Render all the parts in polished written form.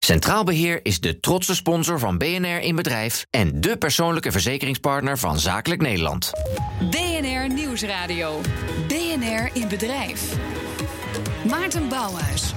Centraal Beheer is de trotse sponsor van BNR in Bedrijf en de persoonlijke verzekeringspartner van Zakelijk Nederland. BNR Nieuwsradio. BNR in Bedrijf. Maarten Bouwhuis.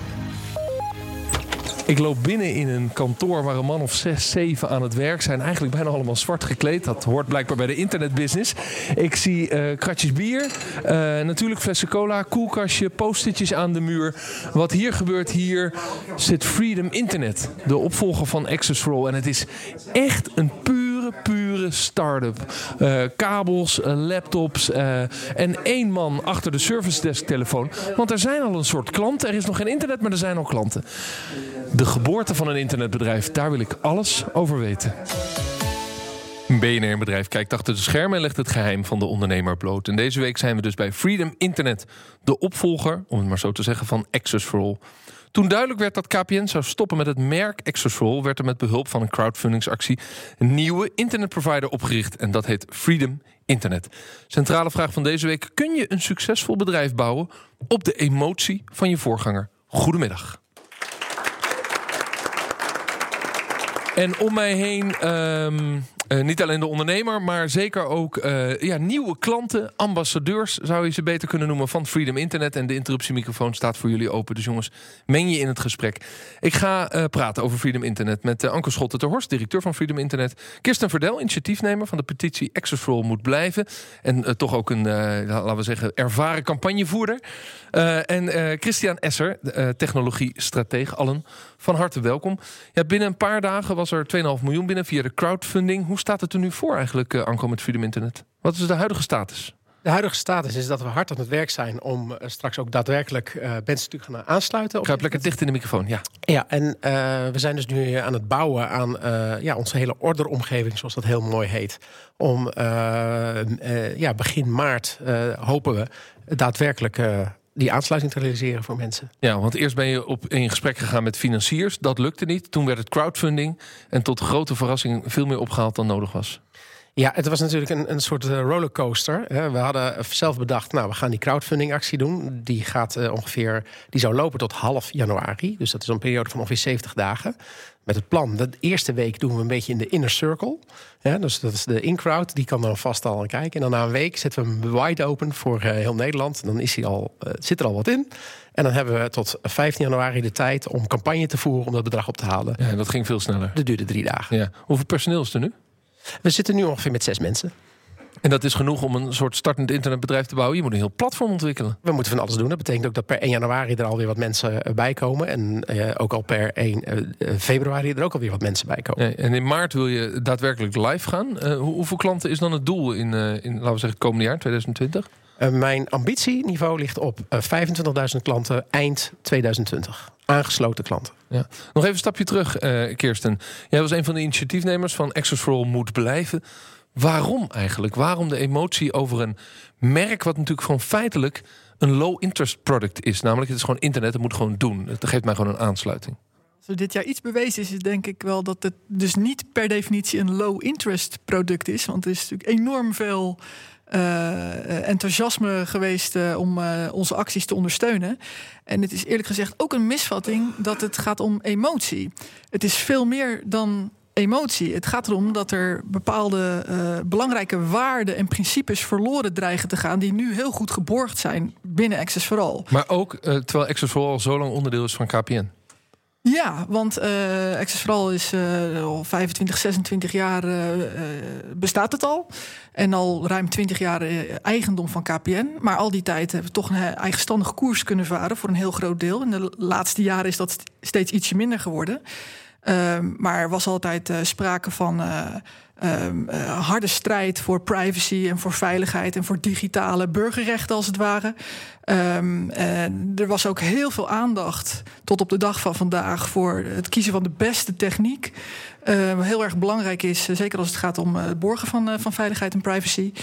Ik loop binnen in een kantoor waar een man of 6, 7 aan het werk zijn. Eigenlijk bijna allemaal zwart gekleed. Dat hoort blijkbaar bij de internetbusiness. Ik zie kratjes bier, natuurlijk flessen cola, koelkastje, post-itjes aan de muur. Wat hier gebeurt, hier zit Freedom Internet. De opvolger van Access for All. En het is echt een pure start-up. Kabels, laptops en 1 man achter de service desk telefoon. Want er zijn al een soort klanten. Er is nog geen internet, maar er zijn al klanten. De geboorte van een internetbedrijf, daar wil ik alles over weten. BNR Bedrijf kijkt achter de schermen en legt het geheim van de ondernemer bloot. En deze week zijn we dus bij Freedom Internet, de opvolger, om het maar zo te zeggen, van Access for All. Toen duidelijk werd dat KPN zou stoppen met het merk Access for All, werd er met behulp van een crowdfundingsactie een nieuwe internetprovider opgericht. En dat heet Freedom Internet. Centrale vraag van deze week: kun je een succesvol bedrijf bouwen op de emotie van je voorganger? Goedemiddag. En om mij heen niet alleen de ondernemer, maar zeker ook nieuwe klanten, ambassadeurs zou je ze beter kunnen noemen van Freedom Internet. En de interruptiemicrofoon staat voor jullie open. Dus jongens, meng je in het gesprek. Ik ga praten over Freedom Internet met Anke Schotten ter Horst, directeur van Freedom Internet. Kirsten Verdel, initiatiefnemer van de petitie Access for All moet blijven. En toch ook een, laten we zeggen, ervaren campagnevoerder. En Christian Esser, technologie-strateeg. Allen, van harte welkom. Ja, binnen een paar dagen was er 2,5 miljoen binnen via de crowdfunding. Hoe staat het er nu voor eigenlijk, Anko, met Freedom Internet? Wat is de huidige status? De huidige status is dat we hard aan het werk zijn om straks ook daadwerkelijk mensen te gaan aansluiten. Ik ga lekker dicht in de microfoon, ja. Ja, en we zijn dus nu aan het bouwen aan onze hele orderomgeving, zoals dat heel mooi heet. Om begin maart hopen we daadwerkelijk die aansluiting te realiseren voor mensen. Ja, want eerst ben je in gesprek gegaan met financiers. Dat lukte niet. Toen werd het crowdfunding. En tot grote verrassing veel meer opgehaald dan nodig was. Ja, het was natuurlijk een soort rollercoaster. We hadden zelf bedacht, we gaan die crowdfundingactie doen. Die zou lopen tot half januari. Dus dat is een periode van ongeveer 70 dagen. Met het plan, de eerste week doen we een beetje in de inner circle. Ja, dus dat is de in-crowd, die kan dan vast al aan kijken. En dan na een week zetten we hem wide open voor heel Nederland. Dan zit er al wat in. En dan hebben we tot 15 januari de tijd om campagne te voeren om dat bedrag op te halen. Ja, dat ging veel sneller. Dat duurde 3 dagen. Ja. Hoeveel personeel is er nu? We zitten nu ongeveer met 6 mensen. En dat is genoeg om een soort startend internetbedrijf te bouwen? Je moet een heel platform ontwikkelen. We moeten van alles doen. Dat betekent ook dat per 1 januari er alweer wat mensen bij komen. En ook al per 1 februari er ook alweer wat mensen bij komen. Ja, en in maart wil je daadwerkelijk live gaan. Hoeveel klanten is dan het doel in laten we zeggen, het komende jaar, 2020? Mijn ambitieniveau ligt op 25.000 klanten eind 2020. Aangesloten klanten. Ja. Nog even een stapje terug, Kirsten. Jij was een van de initiatiefnemers van Access for All moet blijven. Waarom eigenlijk? Waarom de emotie over een merk wat natuurlijk gewoon feitelijk een low-interest product is? Namelijk, het is gewoon internet, het moet gewoon doen. Het geeft mij gewoon een aansluiting. Als er dit jaar iets bewezen is denk ik wel dat het dus niet per definitie een low-interest product is. Want er is natuurlijk enorm veel enthousiasme geweest om onze acties te ondersteunen. En het is eerlijk gezegd ook een misvatting dat het gaat om emotie. Het is veel meer dan emotie. Het gaat erom dat er bepaalde belangrijke waarden en principes verloren dreigen te gaan die nu heel goed geborgd zijn binnen Access for All. Maar ook terwijl Access for All zo lang onderdeel is van KPN. Ja, want Access for All is al 25, 26 jaar bestaat het al. En al ruim 20 jaar eigendom van KPN. Maar al die tijd hebben we toch een eigenstandige koers kunnen varen voor een heel groot deel. In de laatste jaren is dat steeds ietsje minder geworden. Maar er was altijd sprake van harde strijd voor privacy en voor veiligheid en voor digitale burgerrechten als het ware. Er was ook heel veel aandacht tot op de dag van vandaag voor het kiezen van de beste techniek. Wat heel erg belangrijk is, zeker als het gaat om het borgen van veiligheid en privacy.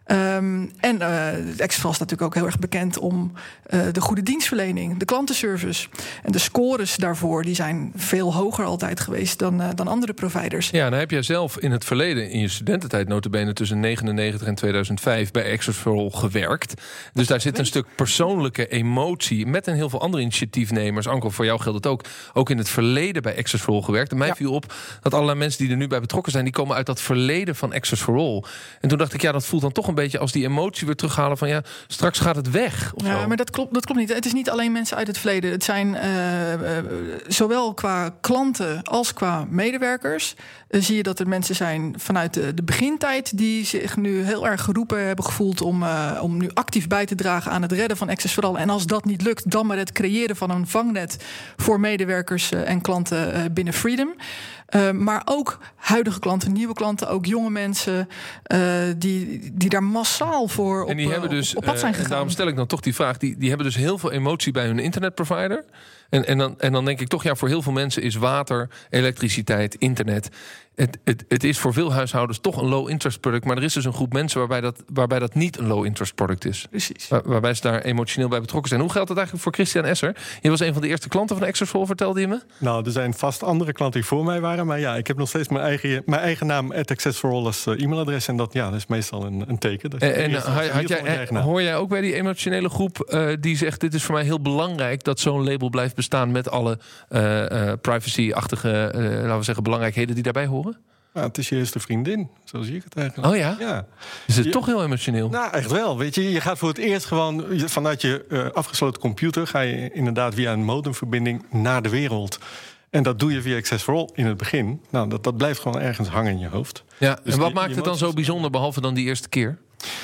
Access for All staat natuurlijk ook heel erg bekend om de goede dienstverlening, de klantenservice. En de scores daarvoor die zijn veel hoger altijd geweest dan andere providers. Ja, dan heb jij zelf in het verleden verleden, in je studententijd nota bene tussen 1999 en 2005 bij Access for All gewerkt. Dus daar zit een stuk persoonlijke emotie met een heel veel andere initiatiefnemers. Anko, voor jou geldt het ook in het verleden bij Access for All gewerkt. En mij viel op dat allerlei mensen die er nu bij betrokken zijn, die komen uit dat verleden van Access for All. En toen dacht ik, dat voelt dan toch een beetje als die emotie weer terughalen van straks gaat het weg. Of zo. Maar dat klopt niet. Het is niet alleen mensen uit het verleden. Het zijn zowel qua klanten als qua medewerkers. Zie je dat er mensen zijn vanuit de begintijd die zich nu heel erg geroepen hebben gevoeld om nu actief bij te dragen aan het redden van Access for All. En als dat niet lukt, dan maar het creëren van een vangnet voor medewerkers en klanten binnen Freedom. Maar ook huidige klanten, nieuwe klanten, ook jonge mensen die daar massaal voor en die hebben dus, op pad zijn gegaan. Daarom stel ik dan toch die vraag. Die hebben dus heel veel emotie bij hun internetprovider. En dan denk ik toch, voor heel veel mensen is water, elektriciteit, internet. Het is voor veel huishoudens toch een low-interest product. Maar er is dus een groep mensen waarbij dat niet een low-interest product is. Precies. Waarbij ze daar emotioneel bij betrokken zijn. Hoe geldt dat eigenlijk voor Christian Esser? Je was een van de eerste klanten van Access for All, vertelde je me? Nou, er zijn vast andere klanten die voor mij waren. Maar ik heb nog steeds mijn eigen naam @access4all als e-mailadres. En dat is meestal een teken. Hoor jij ook bij die emotionele groep die zegt, dit is voor mij heel belangrijk dat zo'n label blijft bestaan met alle privacy-achtige, laten we zeggen, belangrijkheden die daarbij horen? Ja, het is je eerste vriendin, zo zie ik het eigenlijk. Oh ja? Ja. Is het toch heel emotioneel? Nou, echt wel. Weet je gaat voor het eerst gewoon vanuit je afgesloten computer, ga je inderdaad via een modemverbinding naar de wereld. En dat doe je via Access for All in het begin. Nou, dat blijft gewoon ergens hangen in je hoofd. Ja, dus en wat maakt het dan zo bijzonder, behalve dan die eerste keer?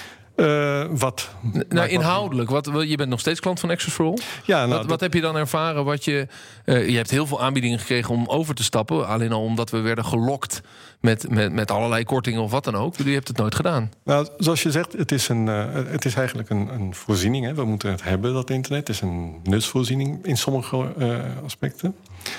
Inhoudelijk. Je bent nog steeds klant van Access for All. Ja, wat heb je dan ervaren? Je hebt heel veel aanbiedingen gekregen om over te stappen. Alleen al omdat we werden gelokt met allerlei kortingen of wat dan ook. Je hebt het nooit gedaan. Nou, zoals je zegt, het is eigenlijk een voorziening. Hè. We moeten het hebben, dat internet. Het is een nutsvoorziening in sommige aspecten.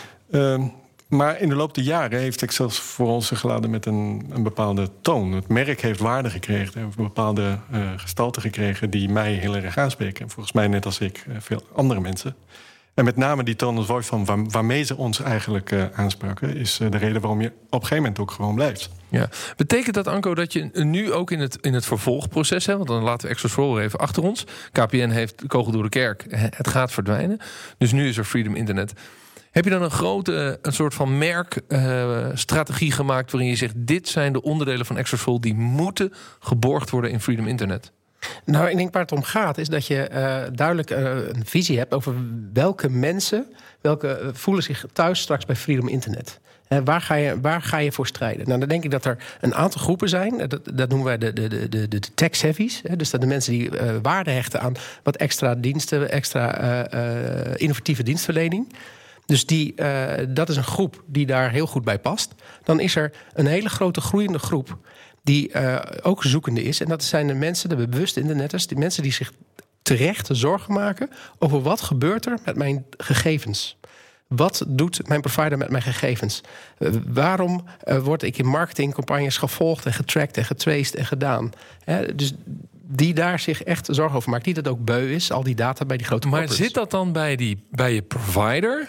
Maar in de loop der jaren heeft Access for All zich geladen met een bepaalde toon. Het merk heeft waarde gekregen, heeft een bepaalde gestalte gekregen die mij heel erg aanspreken. En volgens mij net als ik, veel andere mensen. En met name die tone of voice van waarmee ze ons eigenlijk aanspraken, is de reden waarom je op een gegeven moment ook gewoon blijft. Ja. Betekent dat, Anko, dat je nu ook in het vervolgproces, want dan laten we Access for All even achter ons. KPN heeft de kogel door de kerk. Het gaat verdwijnen. Dus nu is er Freedom Internet. Heb je dan een soort van merkstrategie gemaakt waarin je zegt, dit zijn de onderdelen van Access for All die moeten geborgd worden in Freedom Internet? Nou, ik denk waar het om gaat is dat je duidelijk een visie hebt over welke mensen voelen zich thuis straks bij Freedom Internet. Waar ga je voor strijden? Nou, dan denk ik dat er een aantal groepen zijn. Dat noemen wij de tech-savvies. Dus dat de mensen die waarde hechten aan wat extra diensten, extra innovatieve dienstverlening. Dus dat is een groep die daar heel goed bij past. Dan is er een hele grote groeiende groep die ook zoekende is. En dat zijn de mensen, de bewuste internetters, die mensen die zich terecht zorgen maken over wat gebeurt er met mijn gegevens. Wat doet mijn provider met mijn gegevens? Waarom word ik in marketingcampagnes gevolgd en getracked en getraced en gedaan? Dus die daar zich echt zorgen over maakt. Die dat ook beu is, al die data bij die grote corporates. Maar zit dat dan bij je provider,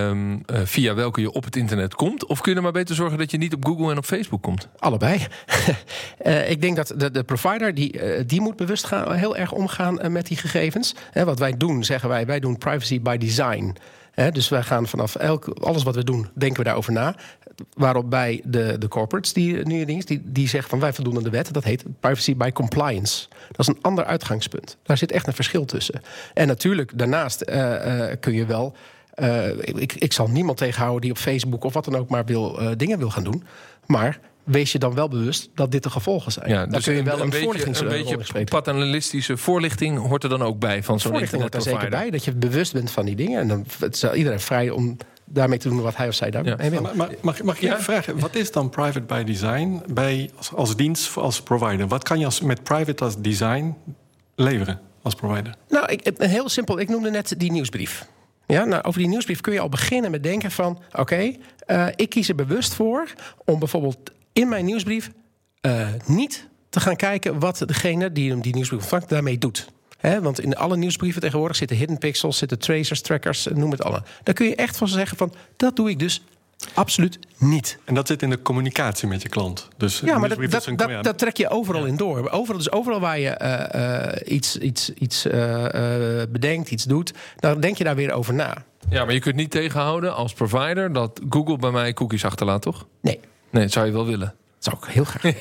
via welke je op het internet komt? Of kun je er maar beter zorgen dat je niet op Google en op Facebook komt? Allebei. Ik denk dat de provider die moet bewust heel erg omgaan met die gegevens. Wat wij doen, zeggen wij doen privacy by design. Dus wij gaan vanaf alles wat we doen, denken we daarover na. Waarop bij de corporates die zeggen van wij voldoen aan de wet. Dat heet privacy by compliance. Dat is een ander uitgangspunt. Daar zit echt een verschil tussen. En natuurlijk, daarnaast kun je wel. Ik zal niemand tegenhouden die op Facebook of wat dan ook maar dingen wil gaan doen. Maar wees je dan wel bewust dat dit de gevolgen zijn. Ja, dus kun je wel een beetje paternalistische voorlichting hoort er dan ook bij van zo'n internetprovider. Hoort er zeker bij, dat je bewust bent van die dingen. En dan is iedereen vrij om daarmee te doen wat hij of zij daarmee wil. Mag ik je vragen, wat is dan private by design als dienst, als provider? Wat kan je met private als design leveren als provider? Nou, heel simpel. Ik noemde net die nieuwsbrief. Ja, nou, over die nieuwsbrief kun je al beginnen met denken van oké, ik kies er bewust voor om bijvoorbeeld in mijn nieuwsbrief niet te gaan kijken wat degene die die nieuwsbrief ontvangt daarmee doet. Want in alle nieuwsbrieven tegenwoordig zitten hidden pixels, zitten tracers, trackers, noem het alle. Daar kun je echt van zeggen van dat doe ik dus Absoluut niet. En dat zit in de communicatie met je klant. Dus Ja, maar dat trek je overal in door. Overal waar je iets bedenkt, iets doet, dan denk je daar weer over na. Ja, maar je kunt niet tegenhouden als provider dat Google bij mij cookies achterlaat, toch? Nee. Nee, dat zou je wel willen. Dat zou ik heel graag.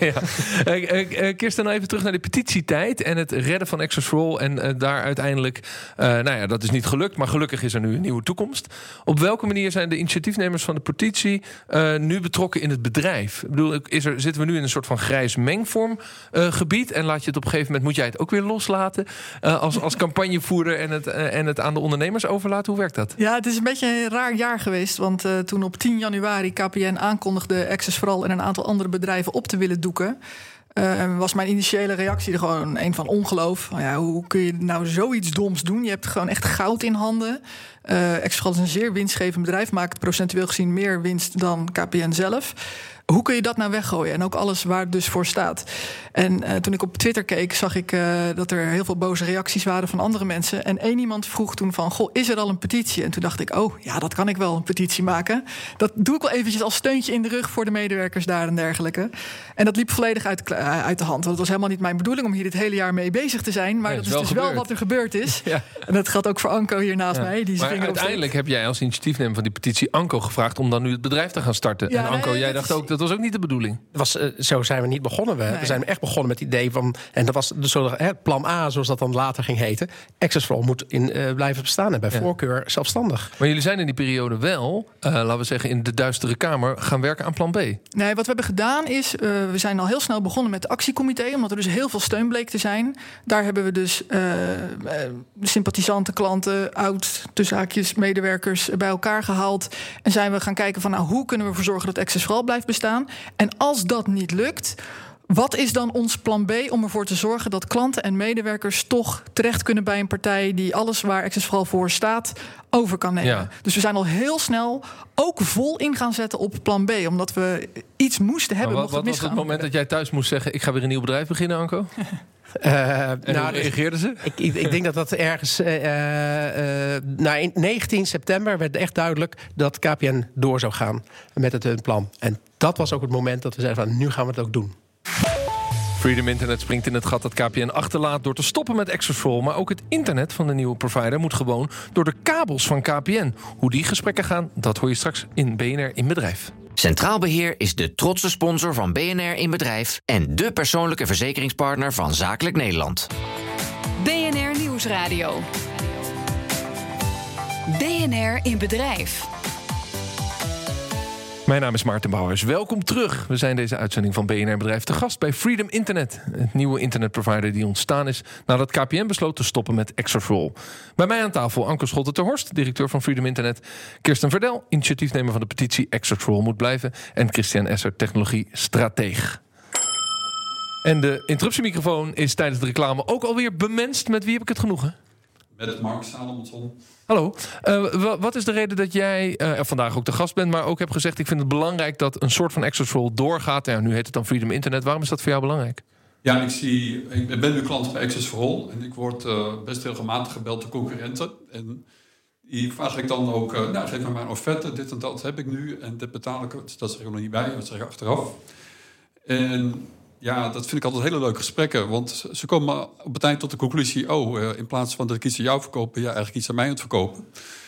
Ja. Kirsten, nou even terug naar de petitietijd en het redden van Access for All. En daar uiteindelijk, dat is niet gelukt, maar gelukkig is er nu een nieuwe toekomst. Op welke manier zijn de initiatiefnemers van de petitie nu betrokken in het bedrijf? Ik bedoel, zitten we nu in een soort van grijs mengvorm gebied en laat je het op een gegeven moment, moet jij het ook weer loslaten als campagnevoerder en het aan de ondernemers overlaten? Hoe werkt dat? Ja, het is een beetje een raar jaar geweest, want toen op 10 januari KPN aankondigde Access for All en een aantal andere bedrijven op te willen doeken, was mijn initiële reactie er gewoon een van ongeloof. Hoe kun je nou zoiets doms doen? Je hebt gewoon echt goud in handen. Access for All is een zeer winstgevend bedrijf, maakt procentueel gezien meer winst dan KPN zelf. Hoe kun je dat nou weggooien? En ook alles waar het dus voor staat. En toen ik op Twitter keek, zag ik dat er heel veel boze reacties waren van andere mensen. En één iemand vroeg toen van, goh, is er al een petitie? En toen dacht ik, dat kan ik wel, een petitie maken. Dat doe ik wel eventjes als steuntje in de rug voor de medewerkers daar en dergelijke. En dat liep volledig uit de hand. Want het was helemaal niet mijn bedoeling om hier dit hele jaar mee bezig te zijn. Maar dat is dus wel wat er gebeurd is. Ja. En dat geldt ook voor Anko hier naast mij. Maar uiteindelijk heb jij als initiatiefnemer van die petitie Anko gevraagd om dan nu het bedrijf te gaan starten. Ja, en Anko, jij dacht ook, dat was ook niet de bedoeling. Zo zijn we niet begonnen. We zijn echt begonnen met het idee van, en dat was dus plan A, zoals dat dan later ging heten. Access for All moet blijven bestaan en bij voorkeur zelfstandig. Maar jullie zijn in die periode wel, laten we zeggen, in de duistere kamer gaan werken aan plan B. Nee, wat we hebben gedaan is, we zijn al heel snel begonnen met de actiecomité, omdat er dus heel veel steun bleek te zijn. Daar hebben we dus sympathisanten, klanten, tussen haakjes medewerkers bij elkaar gehaald. En zijn we gaan kijken van, hoe kunnen we ervoor zorgen dat Access for All blijft bestaan? En als dat niet lukt, wat is dan ons plan B om ervoor te zorgen dat klanten en medewerkers toch terecht kunnen bij een partij die alles waar Access for All voor staat over kan nemen? Ja. Dus we zijn al heel snel ook vol in gaan zetten op plan B, omdat we iets moesten hebben. Wat was het moment dat jij thuis moest zeggen, ik ga weer een nieuw bedrijf beginnen, Anko? Hoe reageerden ze? Ik denk dat ergens na 19 september werd echt duidelijk dat KPN door zou gaan met het plan. En dat was ook het moment dat we zeiden van, nu gaan we het ook doen. Freedom Internet springt in het gat dat KPN achterlaat door te stoppen met Access for All. Maar ook het internet van de nieuwe provider moet gewoon door de kabels van KPN. Hoe die gesprekken gaan, dat hoor je straks in BNR in Bedrijf. Centraal Beheer is de trotse sponsor van BNR in Bedrijf en de persoonlijke verzekeringspartner van Zakelijk Nederland. BNR Nieuwsradio. BNR in Bedrijf. Mijn naam is Maarten Bouwers. Welkom terug. We zijn deze uitzending van BNR Bedrijf te gast bij Freedom Internet. Het nieuwe internetprovider die ontstaan is nadat KPN besloot te stoppen met Access for All. Bij mij aan tafel Anko Scholte-Terhorst, directeur van Freedom Internet. Kirsten Verdel, initiatiefnemer van de petitie Access for All moet blijven. En Christian Esser, technologie-strateeg. En de interruptiemicrofoon is tijdens de reclame ook alweer bemenst. Met wie heb ik het genoegen? Met Mark Salomonsson. Hallo. Wat is de reden dat jij vandaag ook de gast bent, maar ook hebt gezegd, ik vind het belangrijk dat een soort van Access for All doorgaat. Ja, nu heet het dan Freedom Internet. Waarom is dat voor jou belangrijk? Ja, ik ben nu klant bij Access for All en ik word best regelmatig gebeld door concurrenten. En die vraag ik dan ook, geef me maar een offerte, dit en dat heb ik nu en dit betaal ik. Dat zeg ik er nog niet bij, dat zeg ik achteraf. En ja, dat vind ik altijd hele leuke gesprekken. Want ze komen op het eind tot de conclusie, in plaats van dat ik iets aan jou verkoop, ben jij eigenlijk iets aan mij aan het verkopen.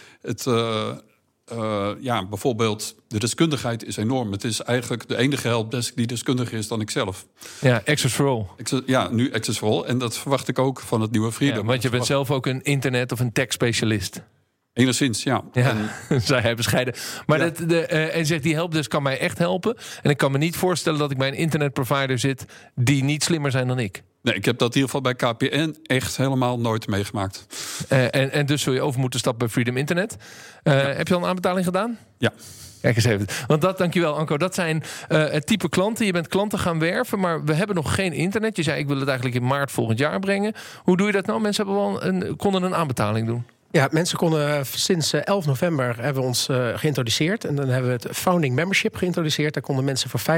Bijvoorbeeld, de deskundigheid is enorm. Het is eigenlijk de enige helpdesk die deskundiger is dan ik zelf. Ja, Access for All. Nu Access for All. En dat verwacht ik ook van het nieuwe Freedom. Ja, want je bent zelf ook een internet- of een tech-specialist. Enigszins, ja. Zei hij bescheiden. Maar en zegt, die helpdesk kan mij echt helpen. En ik kan me niet voorstellen dat ik bij een internetprovider zit die niet slimmer zijn dan ik. Nee, ik heb dat in ieder geval bij KPN echt helemaal nooit meegemaakt. En dus zul je over moeten stappen bij Freedom Internet. Heb je al een aanbetaling gedaan? Ja. Kijk eens even. Want dankjewel Anko, dat zijn het type klanten. Je bent klanten gaan werven, maar we hebben nog geen internet. Je zei, ik wil het eigenlijk in maart volgend jaar brengen. Hoe doe je dat nou? Mensen konden een aanbetaling doen. Ja, mensen konden sinds 11 november hebben we ons geïntroduceerd. En dan hebben we het Founding Membership geïntroduceerd. Daar konden mensen voor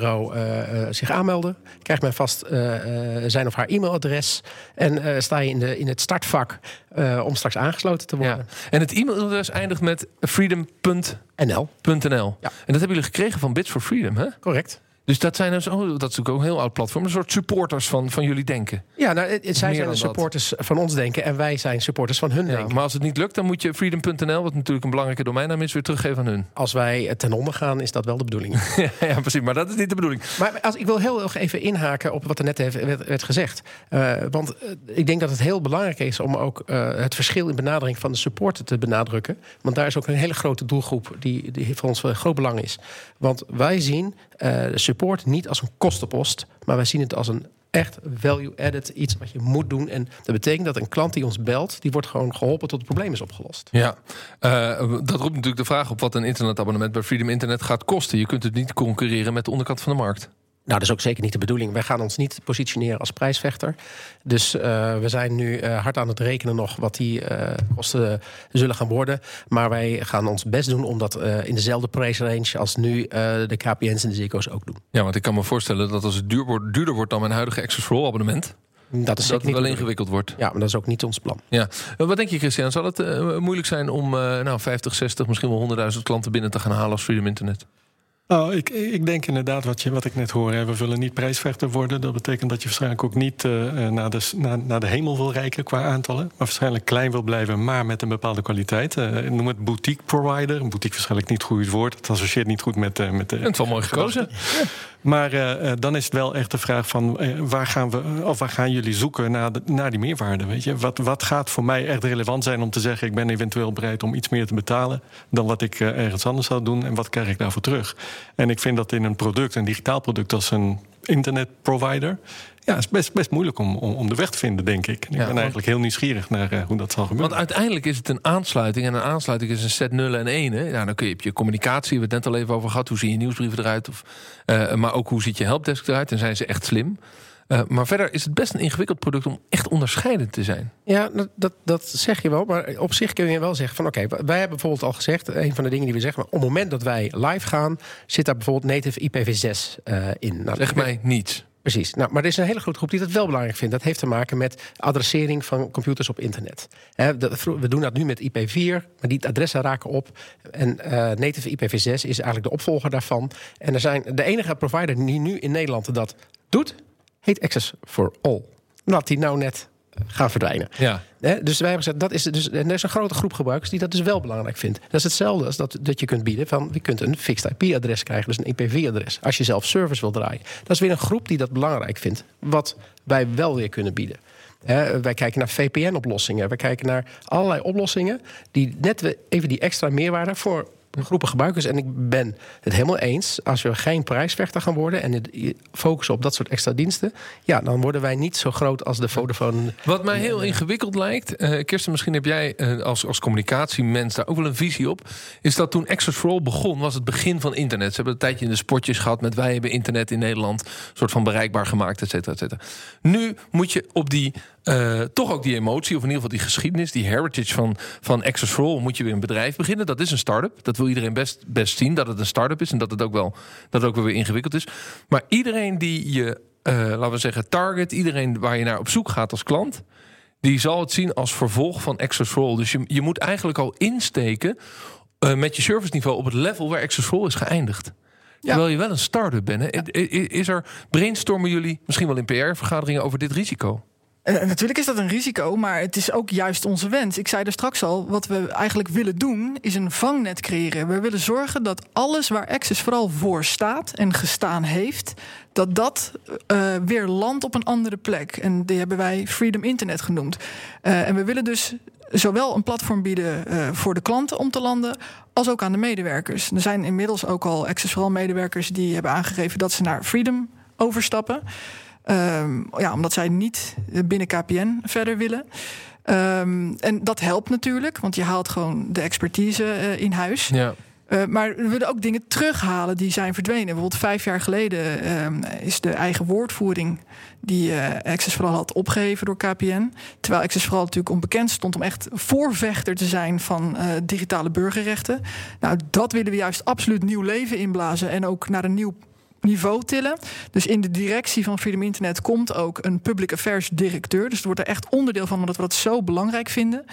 €50 zich aanmelden. Krijgt men vast zijn of haar e-mailadres. En sta je in het startvak om straks aangesloten te worden. Ja. En het e-mailadres eindigt met freedom.nl. Ja. En dat hebben jullie gekregen van Bits for Freedom, hè? Correct. Dus dat zijn dus, dat is natuurlijk ook een heel oud platform. Een soort supporters van jullie denken. Ja, zij zijn de supporters van ons denken. En wij zijn supporters van hun denken. Maar als het niet lukt, dan moet je freedom.nl, wat natuurlijk een belangrijke domeinnaam is, weer teruggeven aan hun. Als wij ten onder gaan, is dat wel de bedoeling. Ja, precies. Maar dat is niet de bedoeling. Maar ik wil heel erg even inhaken op wat er net werd gezegd. Want ik denk dat het heel belangrijk is om ook het verschil in benadering van de supporter te benadrukken. Want daar is ook een hele grote doelgroep die voor ons van groot belang is. Want wij zien support niet als een kostenpost, maar wij zien het als een echt value-added, iets wat je moet doen. En dat betekent dat een klant die ons belt, die wordt gewoon geholpen tot het probleem is opgelost. Ja, dat roept natuurlijk de vraag op wat een internetabonnement bij Freedom Internet gaat kosten. Je kunt het niet concurreren met de onderkant van de markt. Nou, dat is ook zeker niet de bedoeling. Wij gaan ons niet positioneren als prijsvechter. Dus we zijn nu hard aan het rekenen nog wat die kosten zullen gaan worden. Maar wij gaan ons best doen om dat in dezelfde prijsrange als nu de KPN's en de Ziggo's ook doen. Ja, want ik kan me voorstellen dat als het duurder wordt dan mijn huidige Access for All abonnement, dat het wel ingewikkeld wordt. Ja, maar dat is ook niet ons plan. Ja. Wat denk je, Christian? Zal het moeilijk zijn om 50, 60, misschien wel 100.000 klanten binnen te gaan halen als Freedom Internet? Nou, ik denk inderdaad wat ik net hoor. Hè, we willen niet prijsvechter worden. Dat betekent dat je waarschijnlijk ook niet naar de hemel wil reiken qua aantallen. Maar waarschijnlijk klein wil blijven, maar met een bepaalde kwaliteit. Noem het boutique provider. Een boutique waarschijnlijk niet goed woord. Het associeert niet goed met de... Het is wel mooi gekozen. Ja. Maar dan is het wel echt de vraag van waar gaan jullie zoeken naar die meerwaarde? Weet je? Wat gaat voor mij echt relevant zijn om te zeggen, ik ben eventueel bereid om iets meer te betalen dan wat ik ergens anders zou doen en wat krijg ik daarvoor terug? En ik vind dat in een digitaal product als een internetprovider, ja, het is best moeilijk om de weg te vinden, denk ik. Ik ben eigenlijk heel nieuwsgierig naar hoe dat zal gebeuren. Want uiteindelijk is het een aansluiting. En een aansluiting is een set nullen en enen. Nou, dan kun je op je communicatie, we hebben het net al even over gehad. Hoe zien je nieuwsbrieven eruit? Maar ook hoe ziet je helpdesk eruit? En zijn ze echt slim? Maar verder is het best een ingewikkeld product om echt onderscheidend te zijn. Ja, dat zeg je wel. Maar op zich kun je wel zeggen van oké, wij hebben bijvoorbeeld al gezegd, een van de dingen die we zeggen, op het moment dat wij live gaan, zit daar bijvoorbeeld native IPv6 in. Nou, zeg mij niets. Precies. Nou, maar er is een hele grote groep die dat wel belangrijk vindt. Dat heeft te maken met adressering van computers op internet. We doen dat nu met IP4, maar die adressen raken op. En native IPv6 is eigenlijk de opvolger daarvan. En de enige provider die nu in Nederland dat doet, heet Access for All. Laat die nou net gaan verdwijnen. Ja. Dus wij hebben gezegd, en er is een grote groep gebruikers die dat dus wel belangrijk vindt. Dat is hetzelfde als dat je kunt bieden van, je kunt een fixed IP-adres krijgen, dus een IPv-adres. Als je zelf service wil draaien. Dat is weer een groep die dat belangrijk vindt. Wat wij wel weer kunnen bieden. Wij kijken naar VPN-oplossingen. Wij kijken naar allerlei oplossingen die net even die extra meerwaarde voor groepen gebruikers. En ik ben het helemaal eens. Als we geen prijsvechter gaan worden en focussen op dat soort extra diensten, ja, dan worden wij niet zo groot als de Vodafone. Wat mij heel ingewikkeld lijkt, Kirsten, misschien heb jij als communicatiemens daar ook wel een visie op, is dat toen Access for All begon, was het begin van internet. Ze hebben een tijdje in de spotjes gehad met wij hebben internet in Nederland, een soort van bereikbaar gemaakt, et cetera, et cetera. Nu moet je op die toch ook die emotie, of in ieder geval die geschiedenis, die heritage van Access for All, moet je weer een bedrijf beginnen. Dat is een start-up. Dat wil iedereen best zien, dat het een start-up is en dat het ook wel weer ingewikkeld is. Maar iedereen die je, laten we zeggen, target, iedereen waar je naar op zoek gaat als klant, die zal het zien als vervolg van Access for All. Dus je moet eigenlijk al insteken met je service niveau op het level waar Access for All is geëindigd. Terwijl je wel een start-up bent. Hè? Brainstormen jullie misschien wel in PR-vergaderingen over dit risico? Natuurlijk is dat een risico, maar het is ook juist onze wens. Ik zei er straks al, wat we eigenlijk willen doen, is een vangnet creëren. We willen zorgen dat alles waar Access vooral voor staat en gestaan heeft, dat weer landt op een andere plek. En die hebben wij Freedom Internet genoemd. En we willen dus zowel een platform bieden voor de klanten om te landen, als ook aan de medewerkers. Er zijn inmiddels ook al Access for All medewerkers die hebben aangegeven dat ze naar Freedom overstappen. Omdat zij niet binnen KPN verder willen. En dat helpt natuurlijk, want je haalt gewoon de expertise in huis. Ja. Maar we willen ook dingen terughalen die zijn verdwenen. Bijvoorbeeld 5 jaar geleden is de eigen woordvoering die Access for All had opgegeven door KPN. Terwijl Access for All natuurlijk onbekend stond om echt voorvechter te zijn van digitale burgerrechten. Nou, dat willen we juist absoluut nieuw leven inblazen en ook naar een nieuw niveau tillen. Dus in de directie van Freedom Internet komt ook een public affairs directeur. Dus het wordt er echt onderdeel van, omdat we dat zo belangrijk vinden.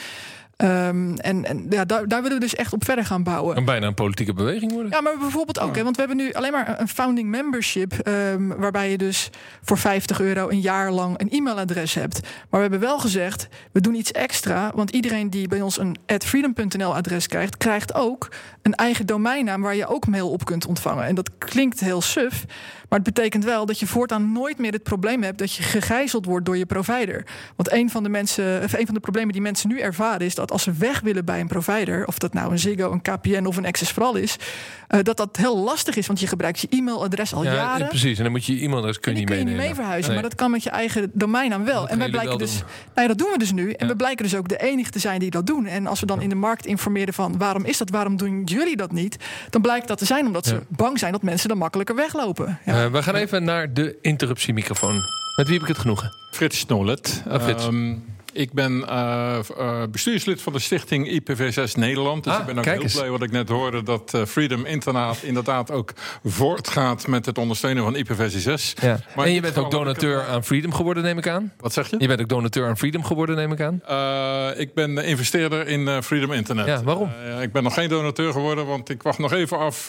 Daar willen we dus echt op verder gaan bouwen. En bijna een politieke beweging worden. Ja, maar bijvoorbeeld ook. Hè, want we hebben nu alleen maar een founding membership. Waarbij je dus voor €50 een jaar lang een e-mailadres hebt. Maar we hebben wel gezegd, we doen iets extra. Want iedereen die bij ons een @freedom.nl adres krijgt ook een eigen domeinnaam waar je ook mail op kunt ontvangen. En dat klinkt heel suf. Maar het betekent wel dat je voortaan nooit meer het probleem hebt dat je gegijzeld wordt door je provider. Want een van de problemen die mensen nu ervaren is dat als ze weg willen bij een provider, of dat nou een Ziggo, een KPN of een Access for All is, dat heel lastig is, want je gebruikt je e-mailadres al jaren. Precies, en dan moet je e-mailadres kun je niet mee verhuizen, maar dat kan met je eigen domeinnaam wel. En wij blijken dus, dat doen we dus nu. En we blijken dus ook de enige te zijn die dat doen. En als we dan in de markt informeren van waarom is dat, waarom doen jullie dat niet, dan blijkt dat te zijn omdat ze bang zijn dat mensen dan makkelijker weglopen. Ja. We gaan even naar de interruptiemicrofoon. Met wie heb ik het genoegen? Frits Nolet. Frits. Ik ben bestuurslid van de stichting IPv6 Nederland. Dus ik ben ook heel blij wat ik net hoorde, dat Freedom Internet inderdaad ook voortgaat met het ondersteunen van IPv6. Ja. Maar en je bent ook donateur aan Freedom geworden, neem ik aan? Wat zeg je? Je bent ook donateur aan Freedom geworden, neem ik aan? Ik ben investeerder in Freedom Internet. Ja, waarom? Ik ben nog geen donateur geworden, want ik wacht nog even af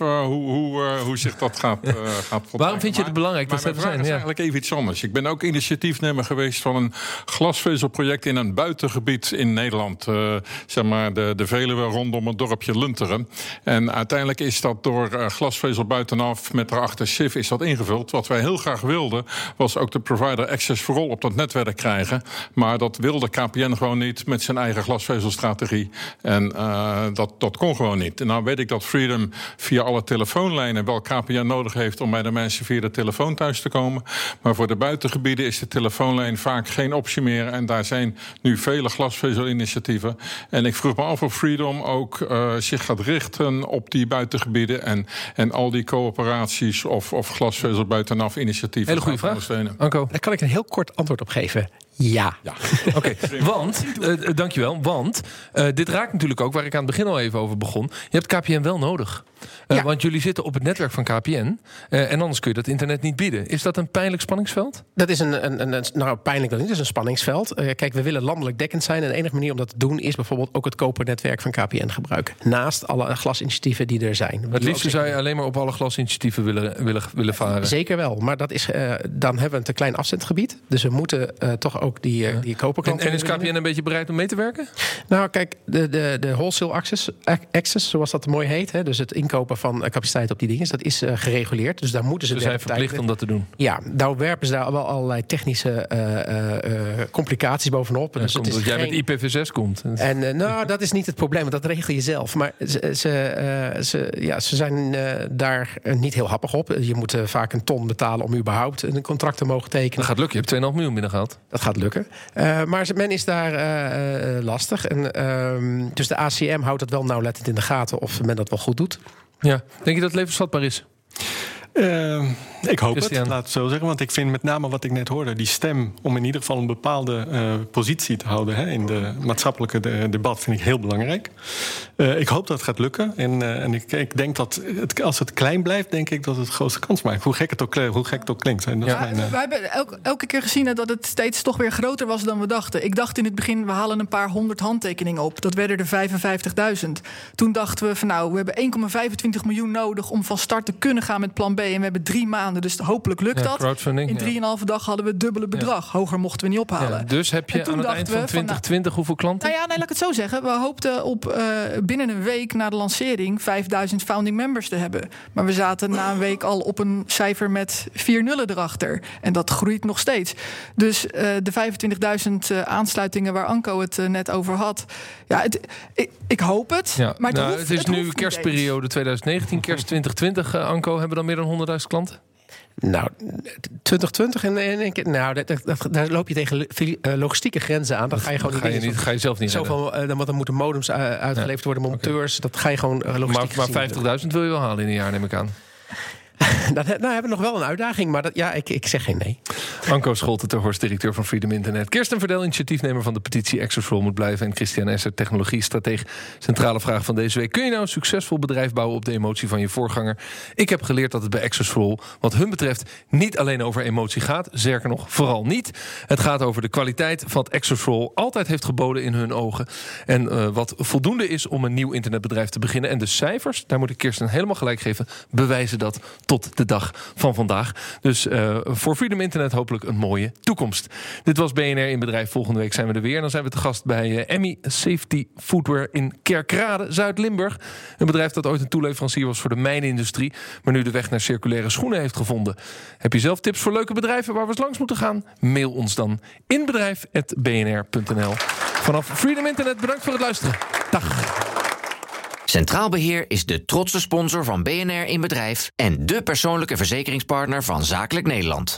hoe zich dat gaat Waarom vind je het belangrijk dat dat zijn? Is eigenlijk even iets anders. Ik ben ook initiatiefnemer geweest van een glasvezelproject in een buitengebied in Nederland. Zeg maar de Veluwe rondom het dorpje Lunteren. En uiteindelijk is dat door glasvezel buitenaf met daarachter SIF is dat ingevuld. Wat wij heel graag wilden was ook de provider Access for All op dat netwerk krijgen. Maar dat wilde KPN gewoon niet met zijn eigen glasvezelstrategie. En dat kon gewoon niet. En nou weet ik dat Freedom via alle telefoonlijnen wel KPN nodig heeft om bij de mensen via de telefoon thuis te komen. Maar voor de buitengebieden is de telefoonlijn vaak geen optie meer. En daar zijn nu vele glasvezelinitiatieven. En ik vroeg me af of Freedom ook zich gaat richten op die buitengebieden en al die coöperaties of glasvezel buitenaf initiatieven. Hele goede vraag. Ondersteunen. Anko. Daar kan ik een heel kort antwoord op geven. Ja. Oké, want, dankjewel, want dit raakt natuurlijk ook waar ik aan het begin al even over begon. Je hebt KPN wel nodig. Want jullie zitten op het netwerk van KPN. En anders kun je dat internet niet bieden. Is dat een pijnlijk spanningsveld? Dat is pijnlijk dat niet. Het is een spanningsveld. Kijk, we willen landelijk dekkend zijn. En de enige manier om dat te doen is bijvoorbeeld ook het kopernetwerk van KPN gebruiken. Naast alle glasinitiatieven die er zijn. Het liefst zou je alleen maar op alle glasinitiatieven willen varen. Zeker wel. Maar dat is, dan hebben we een te klein afzendgebied. Dus we moeten toch ook die koperklanten. En is KPN een beetje bereid om mee te werken? Nou, kijk, de wholesale access, zoals dat mooi heet. Hè, dus het inkopen van capaciteit op die dingen, dat is gereguleerd. Dus daar moeten ze zijn verplicht om dat te doen. Ja, nou werpen ze daar wel allerlei technische complicaties bovenop. Dus komt dat jij met IPv6 komt. En dat is niet het probleem, want dat regel je zelf. Maar ze zijn daar niet heel happig op. Je moet vaak een ton betalen om überhaupt een contract te mogen tekenen. Dat gaat lukken. Je hebt 2,5 miljoen binnengehaald. Dat gaat lukken. Maar men is daar lastig. En, dus de ACM houdt het wel nauwlettend in de gaten of men dat wel goed doet. Ja. Denk je dat het levensvatbaar is? Ik hoop het, laat het zo zeggen. Want ik vind met name wat ik net hoorde, die stem om in ieder geval een bepaalde positie te houden in de maatschappelijke debat, vind ik heel belangrijk. Ik hoop dat het gaat lukken. En ik denk dat als het klein blijft, denk ik dat het de grootste kans maakt. Hoe gek het ook klinkt. En dat is mijn, we hebben elke keer gezien dat het steeds toch weer groter was dan we dachten. Ik dacht in het begin, we halen een paar 100 handtekeningen op. Dat werden er 55.000. Toen dachten we van we hebben 1,25 miljoen nodig om van start te kunnen gaan met plan B. En we hebben 3 maanden, dus hopelijk lukt dat. In 3,5 dag hadden we het dubbele bedrag. Hoger mochten we niet ophalen. Ja, dus heb je aan het eind van 2020 hoeveel klanten? Laat ik het zo zeggen. We hoopten op binnen een week na de lancering 5.000 founding members te hebben. Maar we zaten na een week al op een cijfer met 4 nullen erachter. En dat groeit nog steeds. Dus de 25.000 aansluitingen waar Anko het net over had. Ja, ik hoop het. Ja. Maar het is nu kerstperiode 2019, kerst 2020. Anko, hebben we dan meer dan 100.000 klanten? Nou, 2020 en één keer. Nou, daar loop je tegen logistieke grenzen aan. Dan ga je gewoon ga je zelf niet zoveel, want dan moeten modems uitgeleverd worden, monteurs. Okay. Dat ga je gewoon logistiek. Maar 50.000 wil je wel halen in een jaar, neem ik aan. Dan hebben we nog wel een uitdaging, maar ik zeg geen nee. Anko Scholte, Terhorst, directeur van Freedom Internet. Kirsten Verdel, initiatiefnemer van de petitie Access for All moet blijven. En Christian Esser, technologie-stratege. Centrale vraag van deze week. Kun je nou een succesvol bedrijf bouwen op de emotie van je voorganger? Ik heb geleerd dat het bij Access for All wat hun betreft niet alleen over emotie gaat. Zeker nog, vooral niet. Het gaat over de kwaliteit van wat Access for All altijd heeft geboden in hun ogen. En wat voldoende is om een nieuw internetbedrijf te beginnen. En de cijfers, daar moet ik Kirsten helemaal gelijk geven, bewijzen dat tot de dag van vandaag. Dus voor Freedom Internet hopelijk een mooie toekomst. Dit was BNR in Bedrijf. Volgende week zijn we er weer. En dan zijn we te gast bij Emmy Safety Footwear in Kerkrade, Zuid-Limburg. Een bedrijf dat ooit een toeleverancier was voor de mijnindustrie, maar nu de weg naar circulaire schoenen heeft gevonden. Heb je zelf tips voor leuke bedrijven waar we eens langs moeten gaan? Mail ons dan inbedrijf@bnr.nl. Vanaf Freedom Internet, bedankt voor het luisteren. Dag. Centraal Beheer is de trotse sponsor van BNR in Bedrijf en de persoonlijke verzekeringspartner van Zakelijk Nederland.